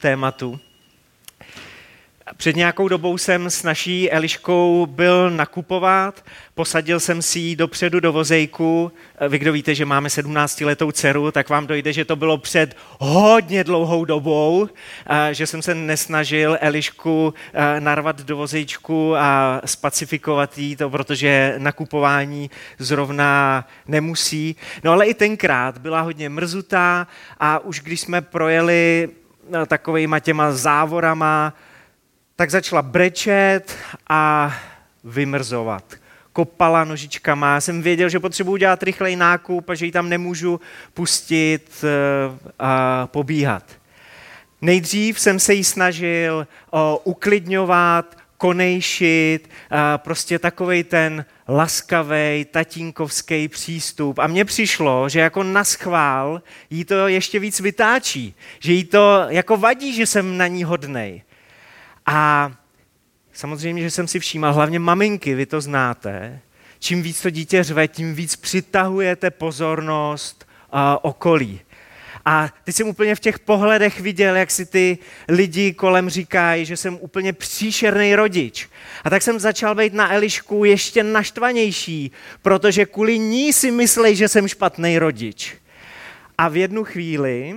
tématu. Před nějakou dobou jsem s naší Eliškou byl nakupovat, posadil jsem si ji dopředu do vozejku. Vy, kdo víte, že máme 17letou dceru, tak vám dojde, že to bylo před hodně dlouhou dobou, že jsem se nesnažil Elišku narvat do vozejčku a spacifikovat jí to, protože nakupování zrovna nemusí. No ale i tenkrát byla hodně mrzutá a už když jsme projeli takovejma těma závorama, tak začala brečet a vymrzovat. Kopala nožičkama. Já jsem věděl, že potřebuji dělat rychlej nákup a že ji tam nemůžu pustit a pobíhat. Nejdřív jsem se jí snažil uklidňovat, konejšit, prostě takovej ten laskavej, tatínkovský přístup. A mně přišlo, že jako naschvál jí to ještě víc vytáčí. Že jí to jako vadí, že jsem na ní hodnej. A samozřejmě, že jsem si všímal, hlavně maminky, vy to znáte, čím víc to dítě řve, tím víc přitahujete pozornost okolí. A teď jsem úplně v těch pohledech viděl, jak si ty lidi kolem říkají, že jsem úplně příšerný rodič. A tak jsem začal být na Elišku ještě naštvanější, protože kvůli ní si myslej, že jsem špatný rodič. A v jednu chvíli,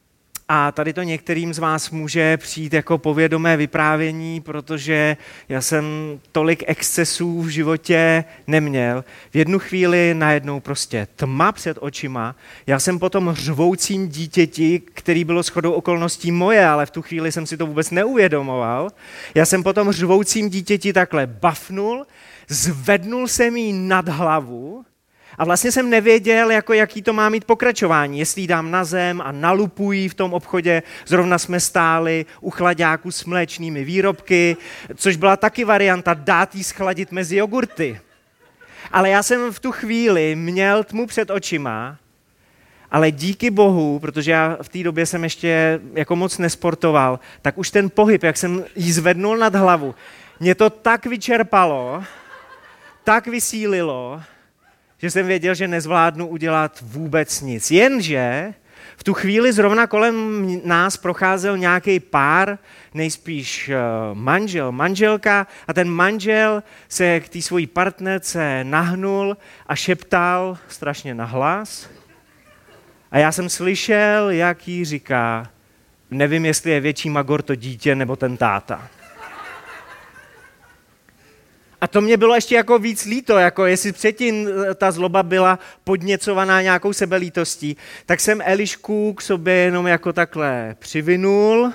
a tady to některým z vás může přijít jako povědomé vyprávění, protože já jsem tolik excesů v životě neměl. V jednu chvíli najednou prostě tma před očima. Já jsem potom řvoucím dítěti, který bylo shodou okolností moje, ale v tu chvíli jsem si to vůbec neuvědomoval. Já jsem potom řvoucím dítěti takhle bafnul, zvednul jsem jí nad hlavu. A vlastně jsem nevěděl, jaký to má mít pokračování, jestli ji dám na zem a nalupuji v tom obchodě. Zrovna jsme stáli u chlaďáku s mléčnými výrobky, což byla taky varianta dát jí schladit mezi jogurty. Ale já jsem v tu chvíli měl tmu před očima, ale díky Bohu, protože já v té době jsem ještě jako moc nesportoval, tak už ten pohyb, jak jsem jí zvednul nad hlavu, mě to tak vyčerpalo, tak vysílilo, že jsem věděl, že nezvládnu udělat vůbec nic. Jenže v tu chvíli zrovna kolem nás procházel nějaký pár, nejspíš manžel, manželka, a ten manžel se k té svojí partnerce nahnul a šeptal strašně nahlas. A já jsem slyšel, jak jí říká, nevím, jestli je větší magor to dítě nebo ten táta. A to mě bylo ještě jako víc líto, jako jestli předtím ta zloba byla podněcovaná nějakou sebelítostí, tak jsem Elišku k sobě jenom jako takhle přivinul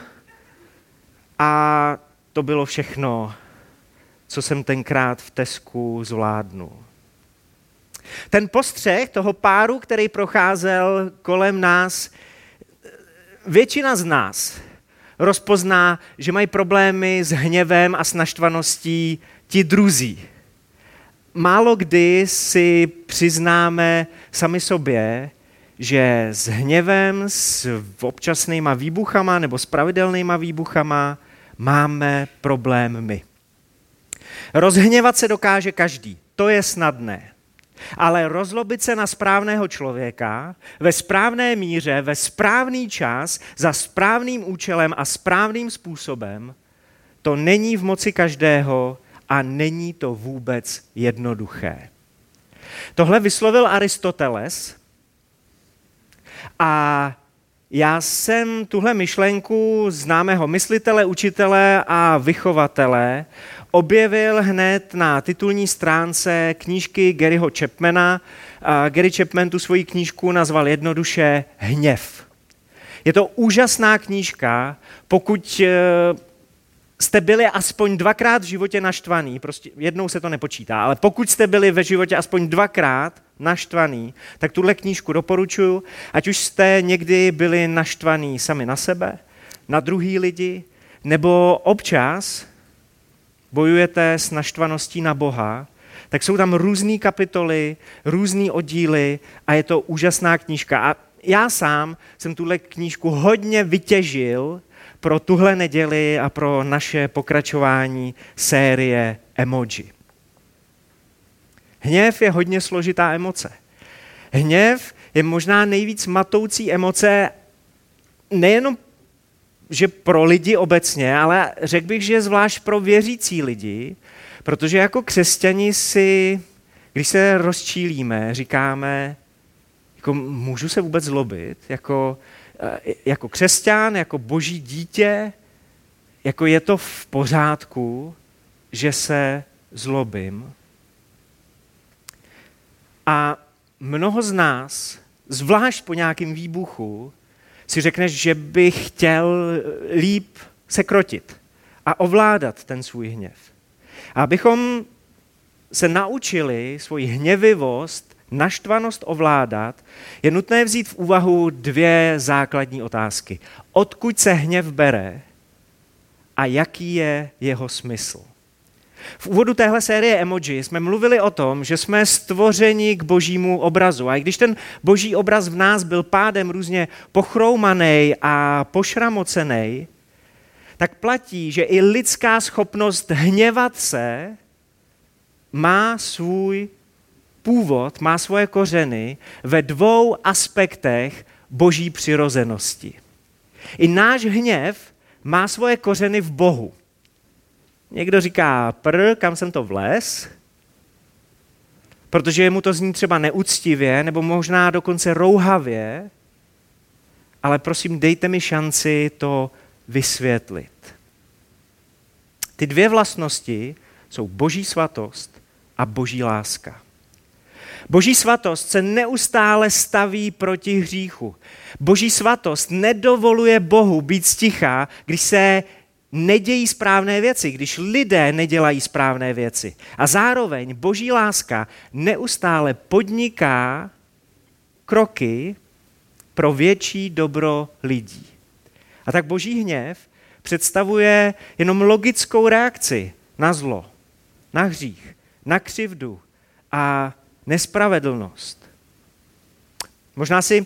a to bylo všechno, co jsem tenkrát v Tesku zvládnul. Ten postřeh toho páru, který procházel kolem nás, většina z nás rozpozná, že mají problémy s hněvem a s naštvaností ti druzí. Málo kdy si přiznáme sami sobě, že s hněvem, s občasnýma výbuchama nebo s pravidelnýma výbuchama máme problém my. Rozhněvat se dokáže každý, to je snadné. Ale rozlobit se na správného člověka ve správné míře, ve správný čas, za správným účelem a správným způsobem, to není v moci každého a není to vůbec jednoduché. Tohle vyslovil Aristoteles a já jsem tuhle myšlenku známého myslitele, učitele a vychovatele objevil hned na titulní stránce knížky Garyho Chapmana. Gary Chapman tu svoji knížku nazval jednoduše Hněv. Je to úžasná knížka, pokud jste byli aspoň dvakrát v životě naštvaný, prostě jednou se to nepočítá, ale pokud jste byli ve životě aspoň dvakrát naštvaný, tak tuhle knížku doporučuji, ať už jste někdy byli naštvaný sami na sebe, na druhý lidi, nebo občas bojujete s naštvaností na Boha, tak jsou tam různé kapitoly, různé oddíly a je to úžasná knížka. A já sám jsem tuhle knížku hodně vytěžil pro tuhle neděli a pro naše pokračování série emoji. Hněv je hodně složitá emoce. Hněv je možná nejvíc matoucí emoce nejenom že pro lidi obecně, ale řekl bych, že zvlášť pro věřící lidi, protože jako křesťani si, když se rozčílíme, říkáme, jako můžu se vůbec zlobit, jako křesťan, jako boží dítě, jako je to v pořádku, že se zlobím. A mnoho z nás, zvlášť po nějakém výbuchu, si řekneš, že by chtěl líp se krotit a ovládat ten svůj hněv. A abychom se naučili svoji hněvivost, naštvanost ovládat, je nutné vzít v úvahu dvě základní otázky. Odkud se hněv bere a jaký je jeho smysl? V úvodu téhle série emoji jsme mluvili o tom, že jsme stvořeni k božímu obrazu. A i když ten boží obraz v nás byl pádem různě pochroumaný a pošramocený, tak platí, že i lidská schopnost hněvat se má svůj původ, má svoje kořeny ve dvou aspektech boží přirozenosti. I náš hněv má svoje kořeny v Bohu. Někdo říká, kam jsem to vlez, protože mu to zní třeba neúctivě, nebo možná dokonce rouhavě, ale prosím, dejte mi šanci to vysvětlit. Ty dvě vlastnosti jsou boží svatost a boží láska. Boží svatost se neustále staví proti hříchu. Boží svatost nedovoluje Bohu být sticha, když se nedějí správné věci, když lidé nedělají správné věci. A zároveň boží láska neustále podniká kroky pro větší dobro lidí. A tak boží hněv představuje jenom logickou reakci na zlo, na hřích, na křivdu a nespravedlnost. Možná si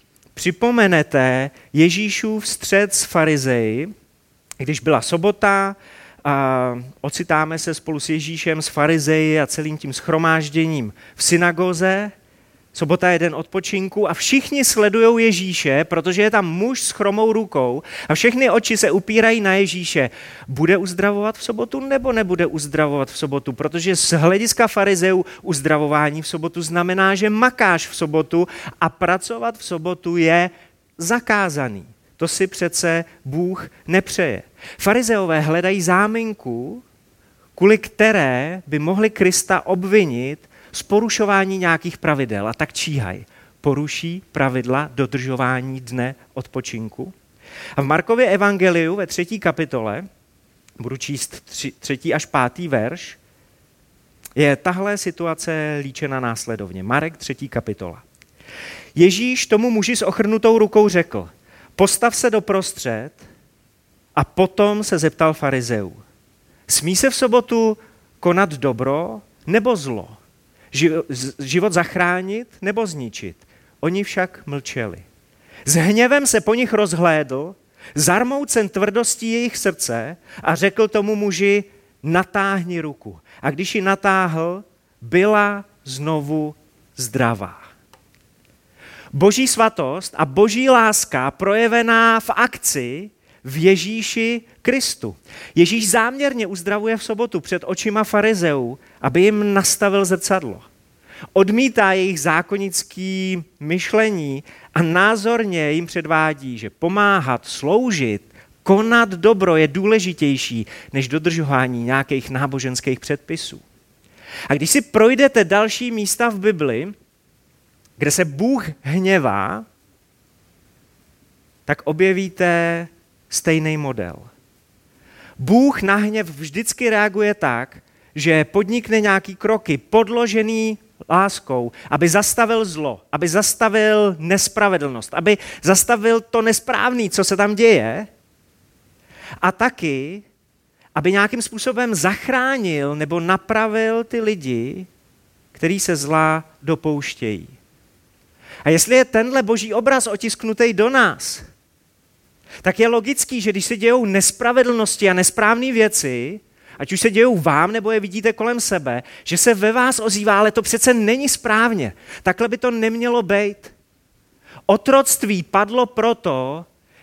připomenete Ježíšův střet s farizeji, když byla sobota a ocitáme se spolu s Ježíšem, s farizeji a celým tím shromážděním v synagoze. Sobota je den odpočinku a všichni sledujou Ježíše, protože je tam muž s chromou rukou a všechny oči se upírají na Ježíše. Bude uzdravovat v sobotu nebo nebude uzdravovat v sobotu? Protože z hlediska farizeů uzdravování v sobotu znamená, že makáš v sobotu a pracovat v sobotu je zakázaný. To si přece Bůh nepřeje. Farizeové hledají záminku, kvůli které by mohli Krista obvinit z porušování nějakých pravidel. A tak číhají. Poruší pravidla dodržování dne odpočinku. A v Markově evangeliu ve 3. kapitole, budu číst 3. až 5. verš, je tahle situace líčena následovně. Marek 3. kapitola. Ježíš tomu muži s ochrnutou rukou řekl, postav se doprostřed a potom se zeptal farizeů. Smí se v sobotu konat dobro nebo zlo? Život zachránit nebo zničit? Oni však mlčeli. S hněvem se po nich rozhlédl, zarmoucen tvrdostí jejich srdce a řekl tomu muži, natáhni ruku. A když ji natáhl, byla znovu zdravá. Boží svatost a boží láska projevená v akci v Ježíši Kristu. Ježíš záměrně uzdravuje v sobotu před očima farizeů, aby jim nastavil zrcadlo. Odmítá jejich zákonické myšlení a názorně jim předvádí, že pomáhat, sloužit, konat dobro je důležitější než dodržování nějakých náboženských předpisů. A když si projdete další místa v Bibli, kde se Bůh hněvá, tak objevíte stejný model. Bůh na hněv vždycky reaguje tak, že podnikne nějaký kroky podložený láskou, aby zastavil zlo, aby zastavil nespravedlnost, aby zastavil to nesprávné, co se tam děje, a taky, aby nějakým způsobem zachránil nebo napravil ty lidi, kteří se zla dopouštějí. A jestli je tenhle boží obraz otisknutý do nás, tak je logický, že když se dějou nespravedlnosti a nesprávné věci, ať už se dějou vám, nebo je vidíte kolem sebe, že se ve vás ozývá, ale to přece není správně. Takhle by to nemělo být. Otroctví padlo proto,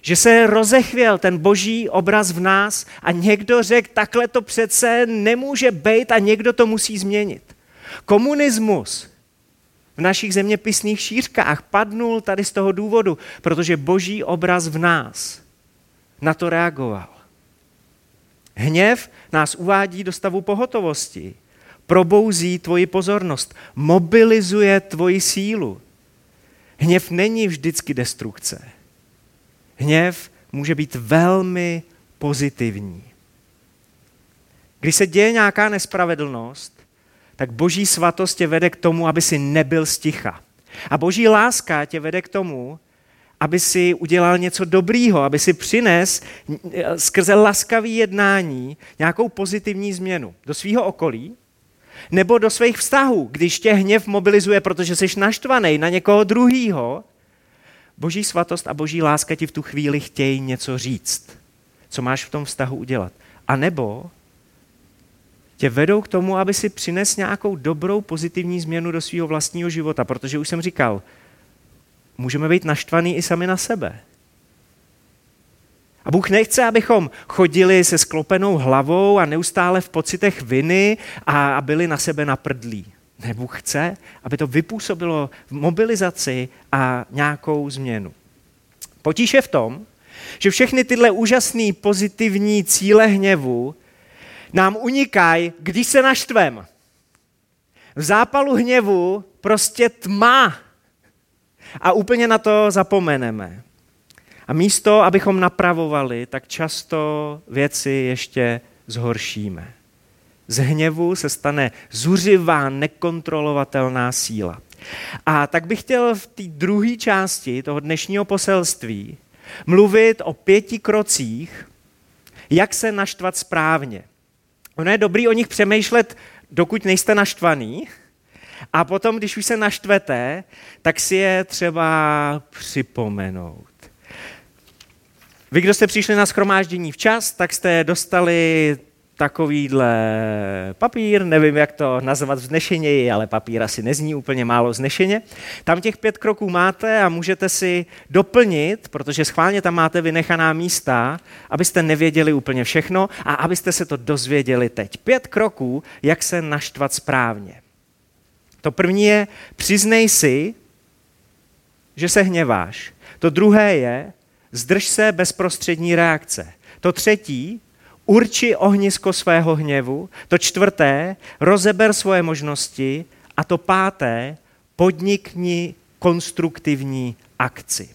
že se rozechvěl ten boží obraz v nás a někdo řekl, takhle to přece nemůže být a někdo to musí změnit. Komunismus v našich zeměpisných šířkách padnul tady z toho důvodu, protože boží obraz v nás na to reagoval. Hněv nás uvádí do stavu pohotovosti, probouzí tvoji pozornost, mobilizuje tvoji sílu. Hněv není vždycky destrukce. Hněv může být velmi pozitivní. Když se děje nějaká nespravedlnost, tak boží svatost tě vede k tomu, aby si nebyl sticha. A boží láska tě vede k tomu, aby si udělal něco dobrýho, aby si přines skrze laskavý jednání nějakou pozitivní změnu do svého okolí nebo do svých vztahů. Když tě hněv mobilizuje, protože jsi naštvaný na někoho druhýho, boží svatost a boží láska ti v tu chvíli chtějí něco říct, co máš v tom vztahu udělat. A nebo tě vedou k tomu, aby si přines nějakou dobrou pozitivní změnu do svého vlastního života, protože už jsem říkal, můžeme být naštvaný i sami na sebe. A Bůh nechce, abychom chodili se sklopenou hlavou a neustále v pocitech viny a byli na sebe naprdlí. Ne, Bůh chce, aby to vypůsobilo v mobilizaci a nějakou změnu. Potíž je v tom, že všechny tyhle úžasné pozitivní cíle hněvu nám unikají, když se naštvem. V zápalu hněvu prostě tma a úplně na to zapomeneme. A místo, abychom napravovali, tak často věci ještě zhoršíme. Z hněvu se stane zuřivá, nekontrolovatelná síla. A tak bych chtěl v té druhé části toho dnešního poselství mluvit o 5 krocích, jak se naštvat správně. Ono je dobrý o nich přemýšlet, dokud nejste naštvaný, a potom, když už se naštvete, tak si je třeba připomenout. Vy, kdo jste přišli na shromáždění včas, tak jste dostali takovýhle papír, nevím, jak to nazvat vznešeněji, ale papír asi nezní úplně málo vznešeně. Tam těch 5 kroků máte a můžete si doplnit, protože schválně tam máte vynechaná místa, abyste nevěděli úplně všechno a abyste se to dozvěděli teď. 5 kroků, jak se naštvat správně. To první je, přiznej si, že se hněváš. To druhé je, zdrž se bezprostřední reakce. To třetí, urči ohnisko svého hněvu. To čtvrté, rozeber svoje možnosti. A to páté, podnikni konstruktivní akci.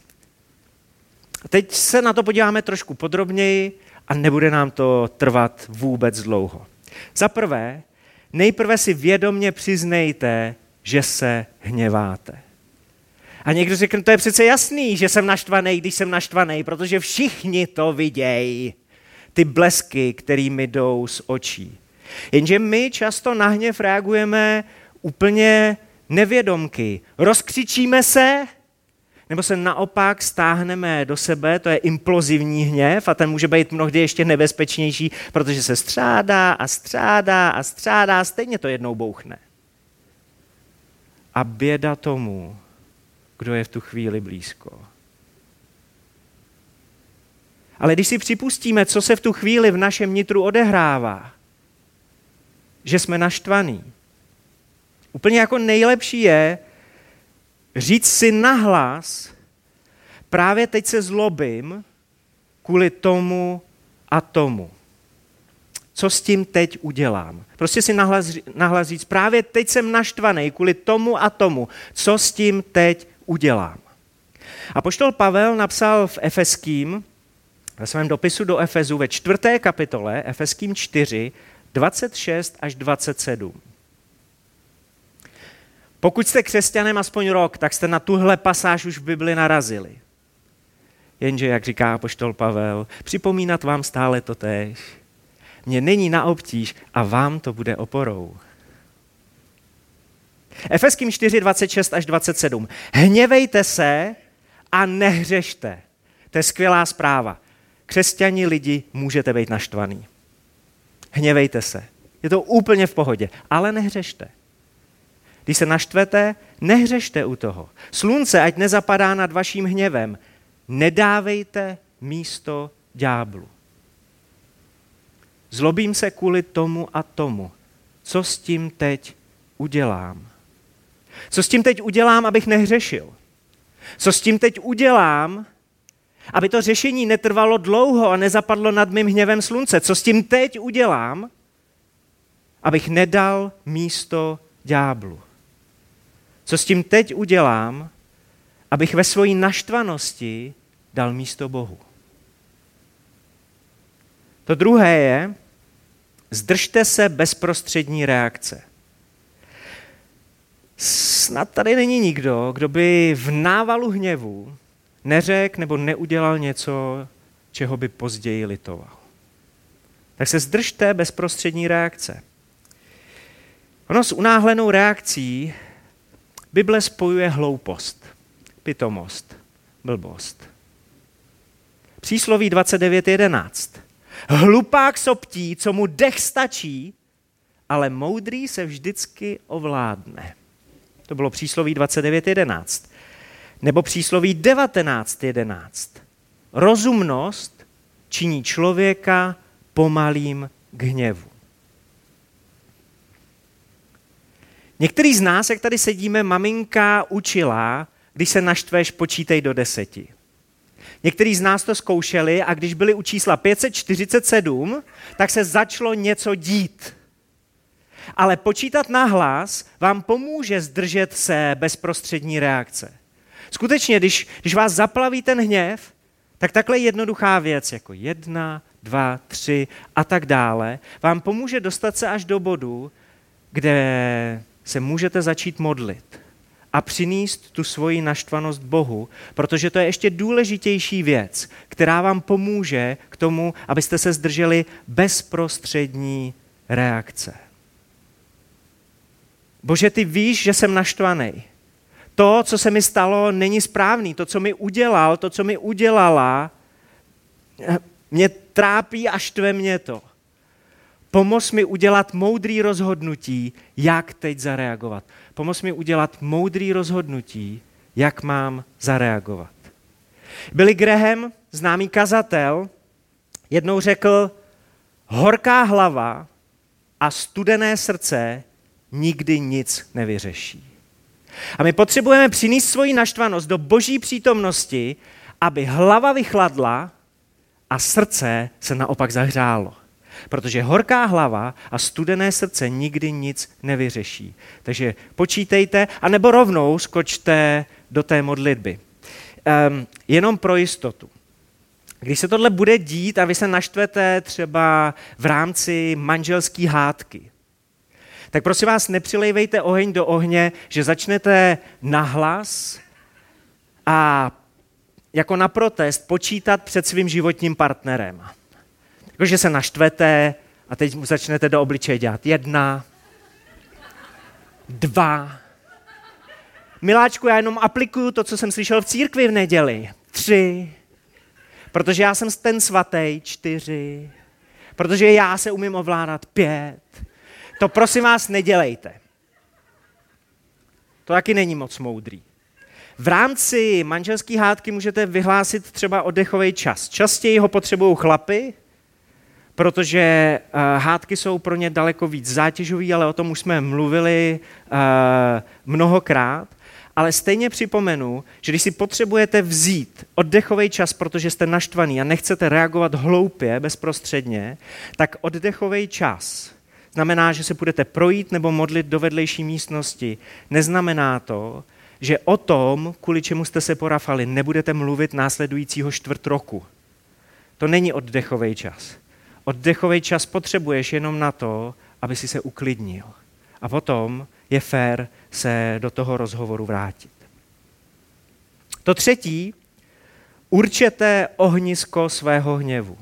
A teď se na to podíváme trošku podrobněji a nebude nám to trvat vůbec dlouho. Za prvé, nejprve si vědomě přiznejte, že se hněváte. A někdo řekne, to je přece jasný, že jsem naštvaný, když jsem naštvaný, protože všichni to vidějí. Ty blesky, kterými jdou z očí. Jenže my často na hněv reagujeme úplně nevědomky. Rozkřičíme se, nebo se naopak stáhneme do sebe, to je implozivní hněv a ten může být mnohdy ještě nebezpečnější, protože se střádá a střádá a střádá a stejně to jednou bouchne. A běda tomu, kdo je v tu chvíli blízko. Ale když si připustíme, co se v tu chvíli v našem nitru odehrává, že jsme naštvaní, úplně jako nejlepší je říct si nahlas, právě teď se zlobím kvůli tomu a tomu. Co s tím teď udělám? Prostě si nahlas říct, právě teď jsem naštvaný kvůli tomu a tomu. Co s tím teď udělám? Apoštol Pavel napsal v Efeským, ve svém dopisu do Efezu ve 4. kapitole, Efeským 4, 26 až 27. Pokud jste křesťanem aspoň rok, tak jste na tuhle pasáž už v Bibli narazili. Jenže, jak říká apoštol Pavel, připomínat vám stále totéž. Mně není na obtíž a vám to bude oporou. Efeským 4, 26 až 27. Hněvejte se a nehřešte. To je skvělá zpráva. Křesťani lidi, můžete být naštvaný. Hněvejte se. Je to úplně v pohodě, ale nehřešte. Když se naštvete, nehřešte u toho. Slunce ať nezapadá nad vaším hněvem. Nedávejte místo ďáblu. Zlobím se kvůli tomu a tomu. Co s tím teď udělám? Co s tím teď udělám, abych nehřešil? Co s tím teď udělám, aby to řešení netrvalo dlouho a nezapadlo nad mým hněvem slunce? Co s tím teď udělám, abych nedal místo ďáblu? Co s tím teď udělám, abych ve své naštvanosti dal místo Bohu? To druhé je, zdržte se bezprostřední reakce. Snad tady není nikdo, kdo by v návalu hněvu neřekl nebo neudělal něco, čeho by později litoval. Tak se zdržte bezprostřední reakce. Ono s unáhlenou reakcí Bible spojuje hloupost, pitomost, blbost. Přísloví 29.11. Hlupák soptí, co mu dech stačí, ale moudrý se vždycky ovládne. To bylo přísloví 29.11. Nebo přísloví 19.11. Rozumnost činí člověka pomalým k hněvu. Některý z nás, jak tady sedíme, maminka učila, když se naštveš, počítej do 10. Některý z nás to zkoušeli a když byli u čísla 547, tak se začalo něco dít. Ale počítat nahlas vám pomůže zdržet se bezprostřední reakce. Skutečně, když vás zaplaví ten hněv, tak takhle jednoduchá věc, jako 1, 2, 3 a tak dále, vám pomůže dostat se až do bodu, kde se můžete začít modlit a přinést tu svoji naštvanost Bohu, protože to je ještě důležitější věc, která vám pomůže k tomu, abyste se zdrželi bezprostřední reakce. Bože, ty víš, že jsem naštvaný. To, co se mi stalo, není správný. To, co mi udělal, to, co mi udělala, mě trápí a štve mě to. Pomoz mi udělat moudrý rozhodnutí, jak teď zareagovat. Pomoz mi udělat moudrý rozhodnutí, jak mám zareagovat. Billy Graham, známý kazatel, jednou řekl, horká hlava a studené srdce nikdy nic nevyřeší. A my potřebujeme přinést svoji naštvanost do Boží přítomnosti, aby hlava vychladla a srdce se naopak zahřálo. Protože horká hlava a studené srdce nikdy nic nevyřeší. Takže počítejte, anebo rovnou skočte do té modlitby. Jenom pro jistotu. Když se tohle bude dít a vy se naštvete třeba v rámci manželské hádky, tak prosím vás, nepřilejvejte oheň do ohně, že začnete nahlas a jako na protest počítat před svým životním partnerem. Jakože se naštvete a teď mu začnete do obličeje dělat 1, 2. Miláčku, já jenom aplikuju to, co jsem slyšel v církvi v neděli. 3. Protože já jsem ten svatý. 4. Protože já se umím ovládat. 5. To prosím vás nedělejte. To taky není moc moudrý. V rámci manželské hádky můžete vyhlásit třeba oddechový čas. Častěji ho potřebují chlapy, protože hádky jsou pro ně daleko víc zátěžový, ale o tom už jsme mluvili mnohokrát. Ale stejně připomenu, že když si potřebujete vzít oddechový čas, protože jste naštvaný a nechcete reagovat hloupě, bezprostředně, tak oddechový čas znamená, že se budete projít nebo modlit do vedlejší místnosti. Neznamená to, že o tom, kvůli čemu jste se porafali, nebudete mluvit následujícího 4 roku. To není oddechový čas. Oddechový čas potřebuješ jenom na to, aby si se uklidnil. A potom je fér se do toho rozhovoru vrátit. To třetí, určete ohnisko svého hněvu.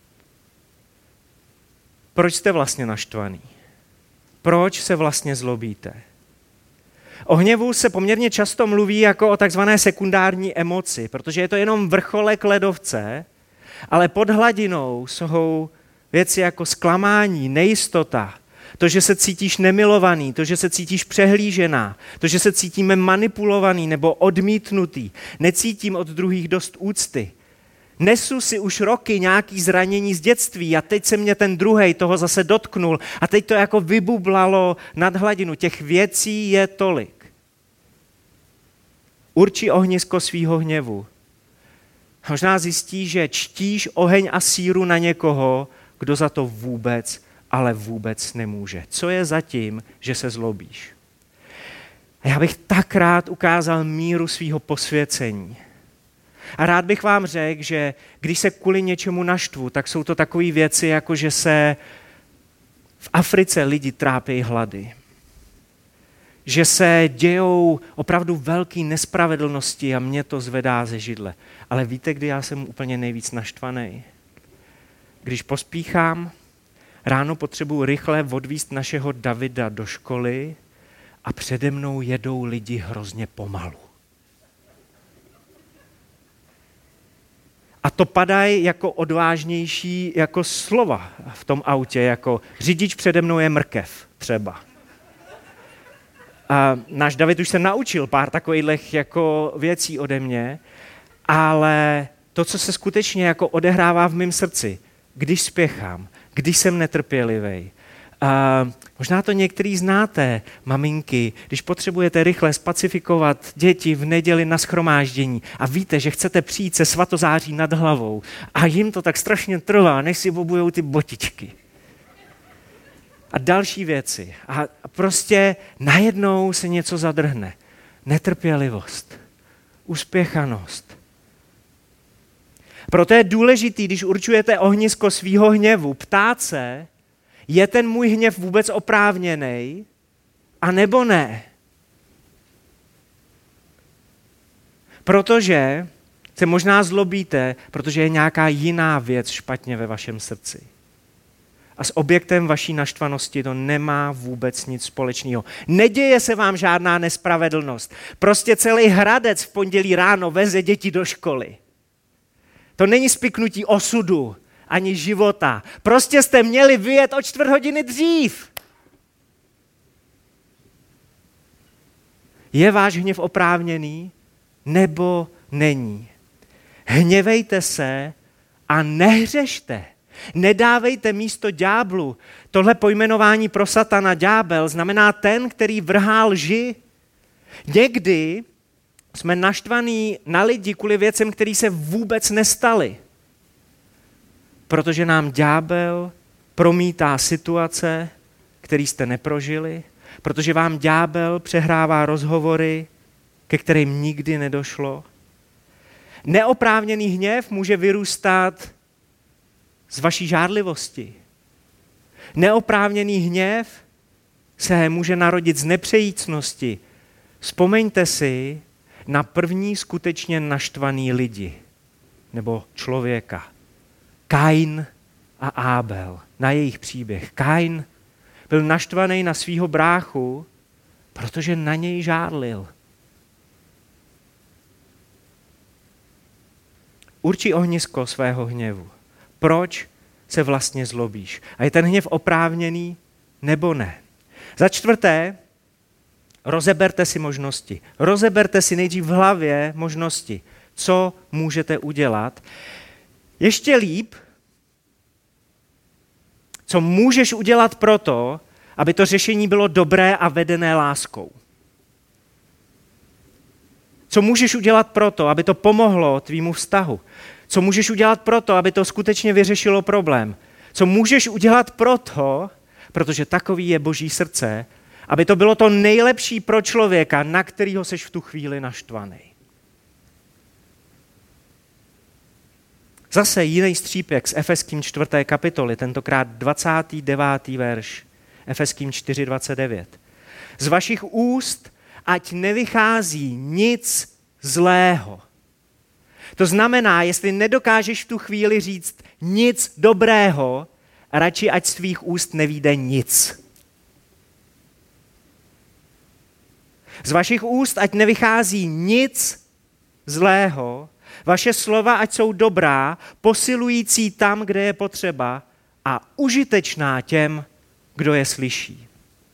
Proč jste vlastně naštvaný? Proč se vlastně zlobíte? O hněvu se poměrně často mluví jako o takzvané sekundární emoci, protože je to jenom vrcholek ledovce, ale pod hladinou jsou věci jako zklamání, nejistota, to, že se cítíš nemilovaný, to, že se cítíš přehlížená, to, že se cítíme manipulovaný nebo odmítnutý, necítím od druhých dost úcty. Nesu si už roky nějaký zranění z dětství a teď se mě ten druhej toho zase dotknul a teď to jako vybublalo nad hladinu. Těch věcí je tolik. Určí ohnisko svýho hněvu. Možná zjistí, že čtíš oheň a síru na někoho, kdo za to vůbec, ale vůbec nemůže. Co je za tím, že se zlobíš? A já bych tak rád ukázal míru svýho posvěcení. A rád bych vám řekl, že když se kvůli něčemu naštvu, tak jsou to takové věci, jako že se v Africe lidi trápí hlady. Že se dějou opravdu velké nespravedlnosti a mě to zvedá ze židle. Ale víte, kdy já jsem úplně nejvíc naštvaný? Když pospíchám, ráno potřebuji rychle odvízt našeho Davida do školy a přede mnou jedou lidi hrozně pomalu. A to padají jako odvážnější jako slova v tom autě, jako řidič přede mnou je mrkev třeba. A náš David už se naučil pár takových jako věcí ode mě, ale to, co se skutečně jako odehrává v mém srdci, když spěchám, když jsem netrpělivý. Možná to některý znáte, maminky, když potřebujete rychle spacifikovat děti v neděli na shromáždění a víte, že chcete přijít se svatozáří nad hlavou a jim to tak strašně trvá, než si obujou ty botičky. A další věci. A prostě najednou se něco zadrhne. Netrpělivost, uspěchanost. Proto je důležitý, když určujete ohnisko svýho hněvu, ptát se, je ten můj hněv vůbec oprávněný, a nebo ne? Protože se možná zlobíte, protože je nějaká jiná věc špatně ve vašem srdci. A s objektem vaší naštvanosti to nemá vůbec nic společného. Neděje se vám žádná nespravedlnost. Prostě celý Hradec v pondělí ráno veze děti do školy. To není spiknutí osudu ani života. Prostě jste měli vyjet o 4 hodiny dřív. Je váš hněv oprávněný, nebo není? Hněvejte se a nehřešte. Nedávejte místo ďáblu. Tohle pojmenování pro satana ďábel znamená ten, který vrhá lži. Někdy jsme naštvaní na lidi kvůli věcem, které se vůbec nestaly. Protože nám ďábel promítá situace, které jste neprožili, protože vám ďábel přehrává rozhovory, ke kterým nikdy nedošlo. Neoprávněný hněv může vyrůstat z vaší žárlivosti. Neoprávněný hněv se může narodit z nepřejícnosti. Vzpomeňte si na první skutečně naštvaný lidi nebo člověka. Kain a Ábel, na jejich příběh. Kain byl naštvaný na svýho bráchu, protože na něj žárlil. Určí ohnisko svého hněvu. Proč se vlastně zlobíš? A je ten hněv oprávněný nebo ne? Za čtvrté, rozeberte si možnosti. Rozeberte si nejdřív v hlavě možnosti, co můžete udělat. Ještě líp, co můžeš udělat proto, aby to řešení bylo dobré a vedené láskou. Co můžeš udělat proto, aby to pomohlo tvýmu vztahu? Co můžeš udělat proto, aby to skutečně vyřešilo problém? Co můžeš udělat proto, protože takový je Boží srdce, aby to bylo to nejlepší pro člověka, na kterého seš v tu chvíli naštvaný. Zase jiný střípek z Efeským 4. kapitoly, tentokrát 29. verš, Efeským 4.29. Z vašich úst ať nevychází nic zlého. To znamená, jestli nedokážeš v tu chvíli říct nic dobrého, radši ať z tvých úst nevyjde nic. Z vašich úst ať nevychází nic zlého, vaše slova ať jsou dobrá, posilující tam, kde je potřeba a užitečná těm, kdo je slyší.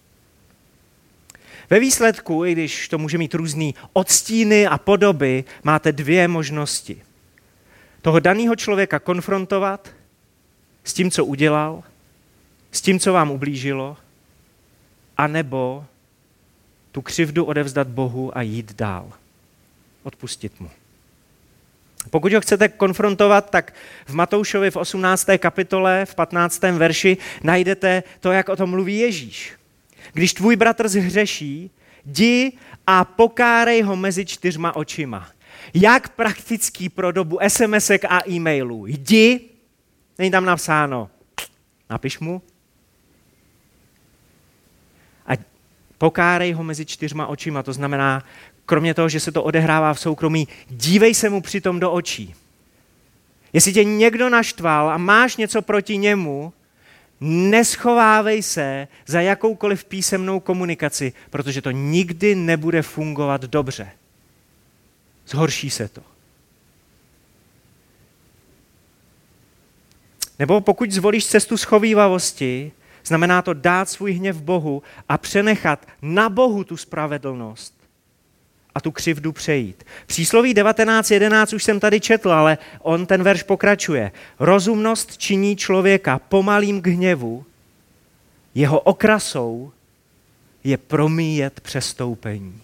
Ve výsledku, i když to může mít různý odstíny a podoby, máte 2 možnosti. toho daného člověka konfrontovat s tím, co udělal, s tím, co vám ublížilo, anebo tu křivdu odevzdat Bohu a jít dál. Odpustit mu. Pokud ho chcete konfrontovat, tak v Matoušovi v 18. kapitole, v 15. verši najdete to, jak o tom mluví Ježíš. Když tvůj bratr zhřeší, jdi a pokárej ho mezi 4 očima. Jak praktický pro dobu SMSek a e-mailů. Jdi, není tam napsáno, napiš mu, a pokárej ho mezi 4 očima. To znamená, kromě toho, že se to odehrává v soukromí, dívej se mu přitom do očí. Jestli tě někdo naštval a máš něco proti němu, neschovávej se za jakoukoliv písemnou komunikaci, protože to nikdy nebude fungovat dobře. Zhorší se to. Nebo pokud zvolíš cestu schovívavosti, znamená to dát svůj hněv Bohu a přenechat na Bohu tu spravedlnost a tu křivdu přejít. Přísloví 19.11 už jsem tady četl, ale on ten verš pokračuje. Rozumnost činí člověka pomalým k hněvu, jeho okrasou je promíjet přestoupení.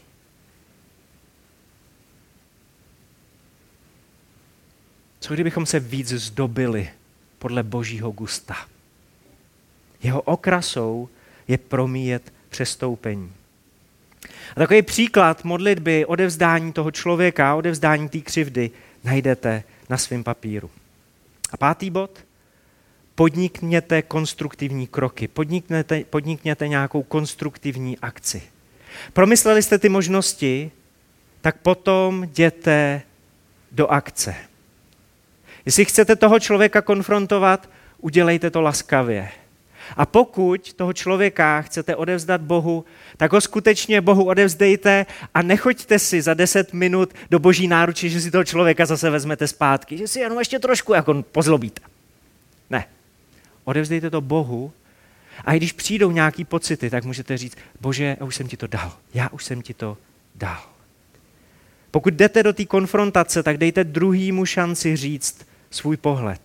Co kdybychom se víc zdobili podle Božího gusta? Jeho okrasou je promíjet přestoupení. A takový příklad modlitby, odevzdání toho člověka, odevzdání té křivdy najdete na svém papíru. A 5. bod, podnikněte konstruktivní kroky, podnikněte nějakou konstruktivní akci. Promysleli jste ty možnosti, tak potom jděte do akce. Jestli chcete toho člověka konfrontovat, udělejte to laskavě. A pokud toho člověka chcete odevzdat Bohu, tak ho skutečně Bohu odevzdejte a nechoďte si za 10 minut do Boží náruče, že si toho člověka zase vezmete zpátky, že si jenom ještě trošku jako pozlobíte. Ne. Odevzdejte to Bohu a i když přijdou nějaký pocity, tak můžete říct, Bože, já už jsem ti to dal. Já už jsem ti to dal. Pokud jdete do té konfrontace, tak dejte druhýmu šanci říct svůj pohled.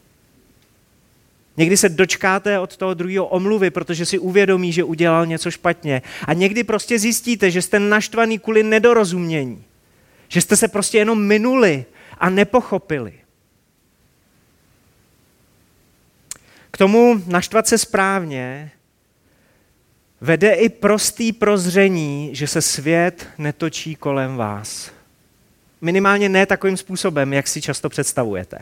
Někdy se dočkáte od toho druhého omluvy, protože si uvědomí, že udělal něco špatně. A někdy prostě zjistíte, že jste naštvaný kvůli nedorozumění. Že jste se prostě jenom minuli a nepochopili. K tomu naštvat se správně vede i prostý prozření, že se svět netočí kolem vás. Minimálně ne takovým způsobem, jak si často představujete.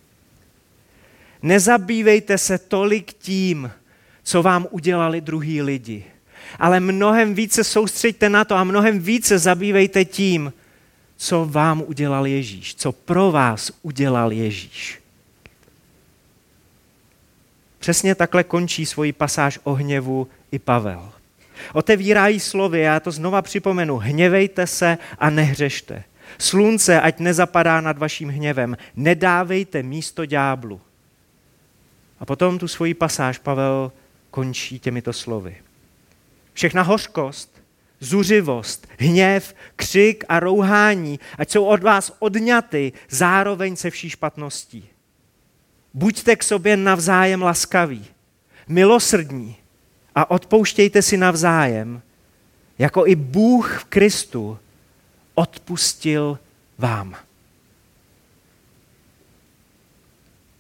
Nezabývejte se tolik tím, co vám udělali druhý lidi, ale mnohem více soustřeďte na to a mnohem více zabývejte tím, co vám udělal Ježíš, co pro vás udělal Ježíš. Přesně takhle končí svoji pasáž o hněvu i Pavel. Otevírají slovy, já to znova připomenu, hněvejte se a nehřešte. Slunce ať nezapadá nad vaším hněvem, nedávejte místo ďáblu. A potom tu svoji pasáž Pavel končí těmito slovy. Všechna hořkost, zuřivost, hněv, křik a rouhání, ať jsou od vás odňaty zároveň se vší špatností. Buďte k sobě navzájem laskaví, milosrdní a odpouštějte si navzájem, jako i Bůh v Kristu odpustil vám.